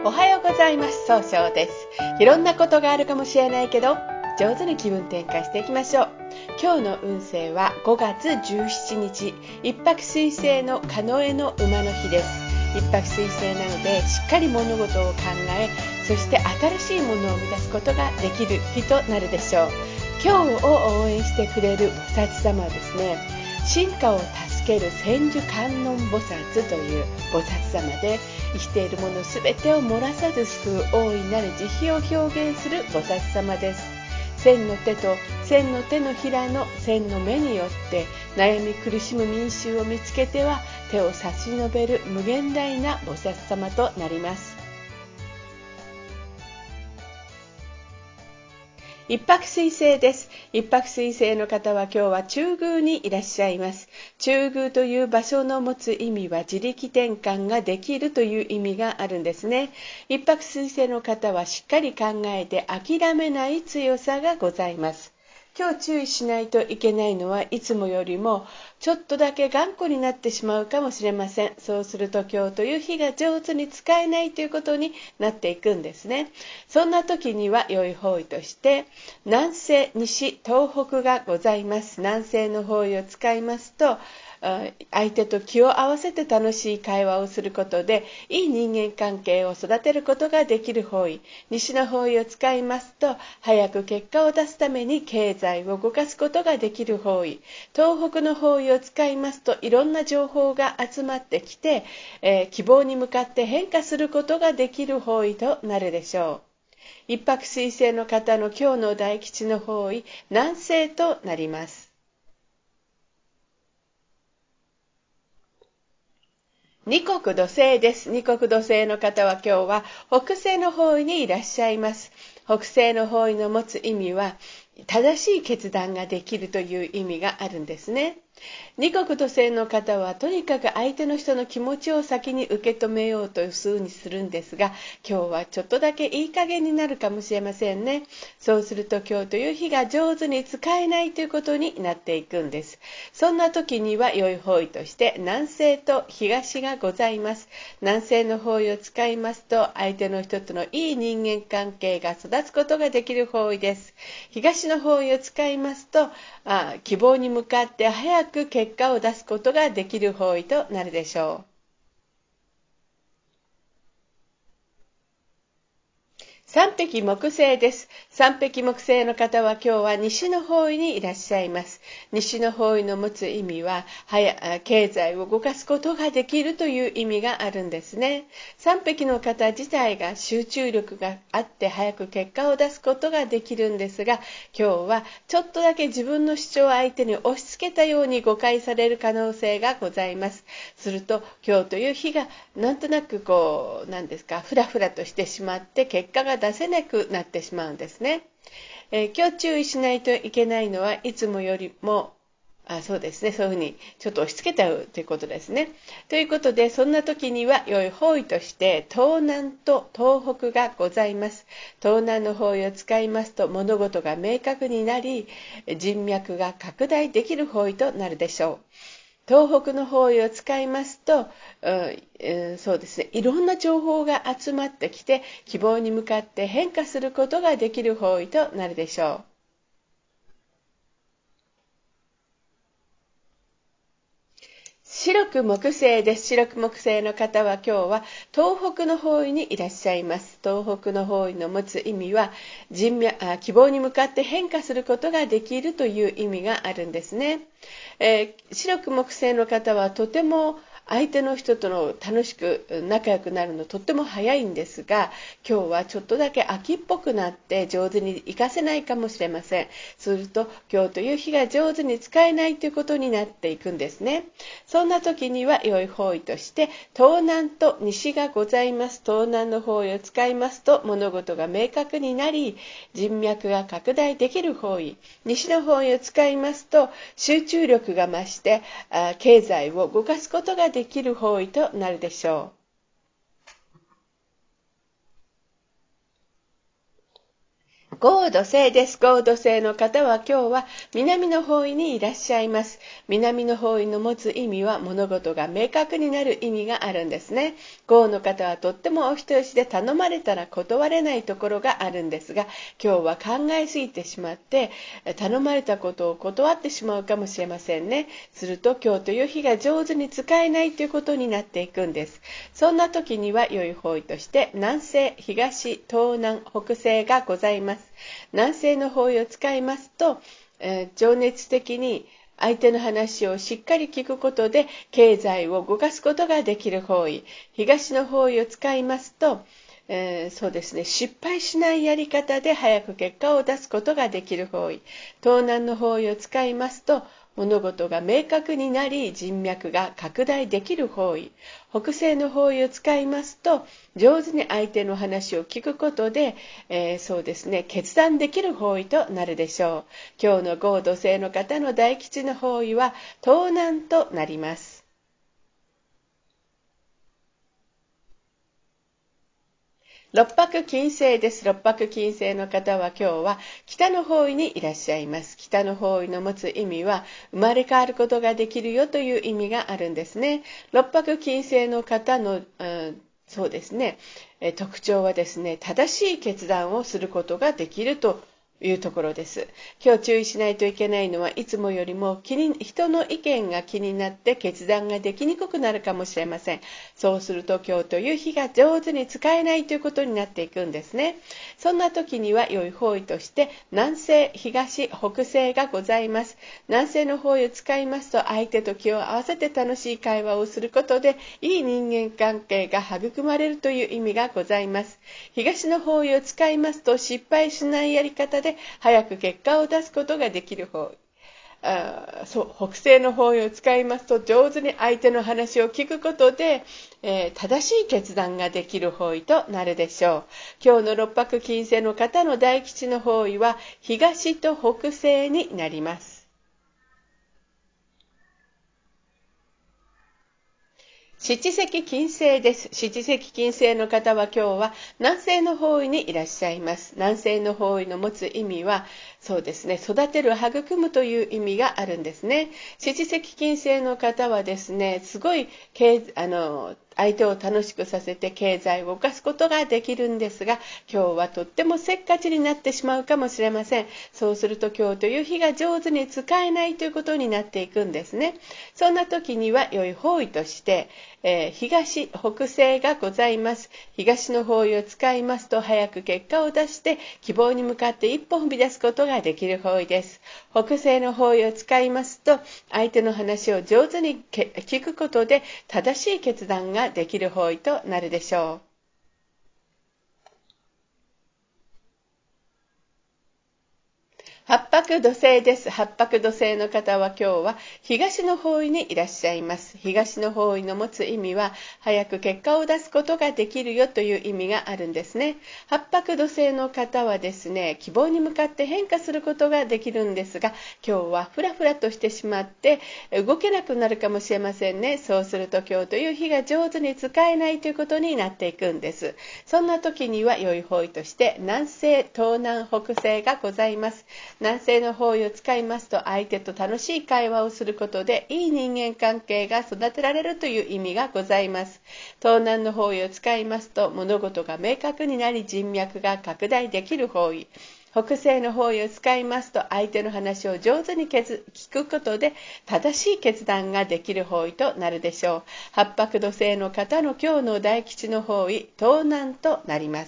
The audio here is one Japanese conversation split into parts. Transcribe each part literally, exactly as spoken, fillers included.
おはようございます。総称です。いろんなことがあるかもしれないけど、上手に気分転換していきましょう。今日の運勢はごがつじゅうしちにち、一泊水星の庚午の馬の日です。一泊水星なので、しっかり物事を考え、そして新しいものを生み出すことができる日となるでしょう。今日を応援してくれる菩薩様はですね、進化を助ける千手観音菩薩という菩薩様で、生きているものすべてを漏らさず救う大いなる慈悲を表現する菩薩様です。千の手と千の手のひらの千の目によって悩み苦しむ民衆を見つけては手を差し伸べる無限大な菩薩様となります。一泊水星です。一泊水星の方は今日は中宮にいらっしゃいます。中宮という場所の持つ意味は自力転換ができるという意味があるんですね。一泊水星の方はしっかり考えて諦めない強さがございます。今日注意しないといけないのはいつもよりもちょっとだけ頑固になってしまうかもしれません。そうすると今日という日が上手に使えないということになっていくんですね。そんな時には良い方位として南西、西、東北がございます。南西の方位を使いますと、相手と気を合わせて楽しい会話をすることでいい人間関係を育てることができる方位。西の方位を使いますと早く結果を出すために経済を動かすことができる方位。東北の方位を使いますといろんな情報が集まってきて、えー、希望に向かって変化することができる方位となるでしょう。一泊水星の方の今日の大吉の方位、南西となります。二国土星です。二国土星の方は今日は北西の方位にいらっしゃいます。北西の方位の持つ意味は正しい決断ができるという意味があるんですね。二国土星の方はとにかく相手の人の気持ちを先に受け止めようというふうにするんですが、今日はちょっとだけいい加減になるかもしれませんね。そうすると今日という日が上手に使えないということになっていくんです。そんな時には良い方位として南西と東がございます。南西の方位を使いますと相手の人とのいい人間関係が育つことができる方位です。東の方位を使いますとあ希望に向かって早く結果を出すことができる方位となるでしょう。三匹木星です。三匹木星の方は今日は西の方位にいらっしゃいます。西の方位の持つ意味は経済を動かすことができるという意味があるんですね。三匹の方自体が集中力があって早く結果を出すことができるんですが、今日はちょっとだけ自分の主張を相手に押し付けたように誤解される可能性がございます。すると今日という日がなんとなくこう何ですかフラフラとしてしまって結果が出せなくなってしまうんですね。えー、今日注意しないといけないのはいつもよりもあそうですねそういうふうにちょっと押し付けちゃうということですね。ということでそんな時には良い方位として東南と東北がございます。東南の方位を使いますと物事が明確になり人脈が拡大できる方位となるでしょう。東北の方位を使いますと、うんうん、そうですね、いろんな情報が集まってきて希望に向かって変化することができる方位となるでしょう。白く木星です。白く木星の方は今日は東北の方位にいらっしゃいます。東北の方位の持つ意味は人脈あ希望に向かって変化することができるという意味があるんですね。えー、白く木星の方はとても相手の人との楽しく仲良くなるのとっても早いんですが、今日はちょっとだけ秋っぽくなって上手に活かせないかもしれません。すると今日という日が上手に使えないということになっていくんですね。そんな時には良い方位として東南と西がございます。東南の方位を使いますと物事が明確になり人脈が拡大できる方位。西の方位を使いますと集中力が増して経済を動かすことができる方位となるでしょう。 合土星です。合土星の方は今日は南の方位にいらっしゃいます。南の方位の持つ意味は物事が明確になる意味があるんですね。合の方はとってもお人よしで頼まれたら断れないところがあるんですが、今日は考えすぎてしまって頼まれたことを断ってしまうかもしれませんね。すると今日という日が上手に使えないということになっていくんです。そんな時には良い方位として南西、東、東南、北西がございます。南西の方位を使いますと、えー、情熱的に相手の話をしっかり聞くことで経済を動かすことができる方位。東の方位を使いますと、えー、そうですね、失敗しないやり方で早く結果を出すことができる方位。東南の方位を使いますと、物事が明確になり人脈が拡大できる方位。北西の方位を使いますと、上手に相手の話を聞くことで、えー、そうですね、決断できる方位となるでしょう。今日の合土星の方の大吉の方位は東南となります。六白金星です。六白金星の方は今日は北の方位にいらっしゃいます。北の方位の持つ意味は生まれ変わることができるよという意味があるんですね。六白金星の方の、うん、そうですね、え特徴はですね、正しい決断をすることができるというところです。今日注意しないといけないのはいつもよりも気に人の意見が気になって決断ができにくくなるかもしれません。そうすると今日という日が上手に使えないということになっていくんですね。そんな時には良い方位として南西、東、北西がございます。南西の方位を使いますと相手と気を合わせて楽しい会話をすることでいい人間関係が育まれるという意味がございます。東の方位を使いますと失敗しないやり方で早く結果を出すことができる方位。あそう北西の方位を使いますと上手に相手の話を聞くことで、えー、正しい決断ができる方位となるでしょう。今日の六白金星の方の大吉の方位は東と北西になります。七石金星です。七石金星の方は今日は南西の方位にいらっしゃいます。南西の方位の持つ意味は、そうですね、育てる、育むという意味があるんですね。七石金星の方はですね、すごいあの相手を楽しくさせて経済を動かすことができるんですが、今日はとってもせっかちになってしまうかもしれません。そうすると今日という日が上手に使えないということになっていくんですね。そんな時には良い方位として、えー、東、北西がございます。東の方位を使いますと早く結果を出して希望に向かって一歩踏み出すことができる方位です。北西の方位を使いますと相手の話を上手に聞くことで正しい決断ができる方位となるでしょう。八白土星です。八白土星の方は今日は東の方位にいらっしゃいます。東の方位の持つ意味は早く結果を出すことができるよという意味があるんですね。八白土星の方はですね、希望に向かって変化することができるんですが、今日はフラフラとしてしまって動けなくなるかもしれませんね。そうすると今日という日が上手に使えないということになっていくんです。そんな時には良い方位として南西、東南、北西がございます。南西の方位を使いますと相手と楽しい会話をすることでいい人間関係が育てられるという意味がございます。東南の方位を使いますと物事が明確になり人脈が拡大できる方位。北西の方位を使いますと相手の話を上手に聞くことで正しい決断ができる方位となるでしょう。八白土星の方の今日の大吉の方位東南となります。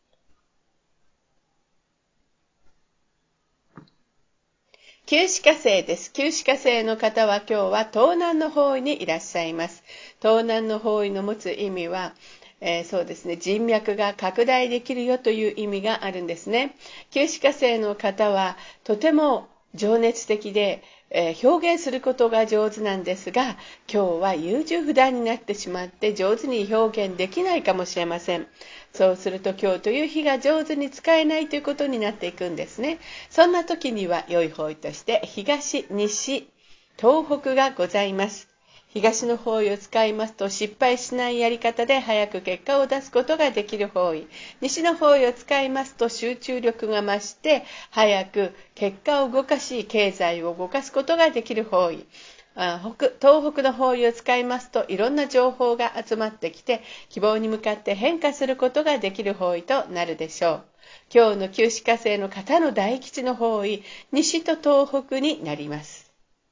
九死火星です。九死火星の方は今日は東南の方位にいらっしゃいます。東南の方位の持つ意味は、えー、そうですね、人脈が拡大できるよという意味があるんですね。九死火星の方はとても情熱的で、えー、表現することが上手なんですが、今日は優柔不断になってしまって上手に表現できないかもしれません。そうすると今日という日が上手に使えないということになっていくんですね。そんな時には良い方位として東、西、東北がございます。 東の方位を使いますと失敗しないやり方で早く結果を出すことができる方位。西の方位を使いますと集中力が増して早く結果を動かし経済を動かすことができる方位。あ北東北の方位を使いますといろんな情報が集まってきて希望に向かって変化することができる方位となるでしょう。今日の九死火星の方の大吉の方位、西と東北になります。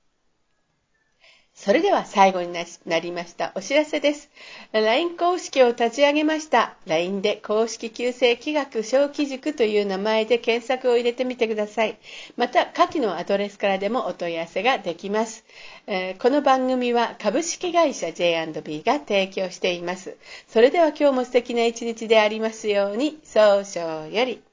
それでは最後になりましたお知らせです。ライン 公式を立ち上げました。ライン で公式旧星気学小規塾という名前で検索を入れてみてください。また下記のアドレスからでもお問い合わせができます。えー、この番組は株式会社 ジェイアンドビー が提供しています。それでは今日も素敵な一日でありますように。早々より。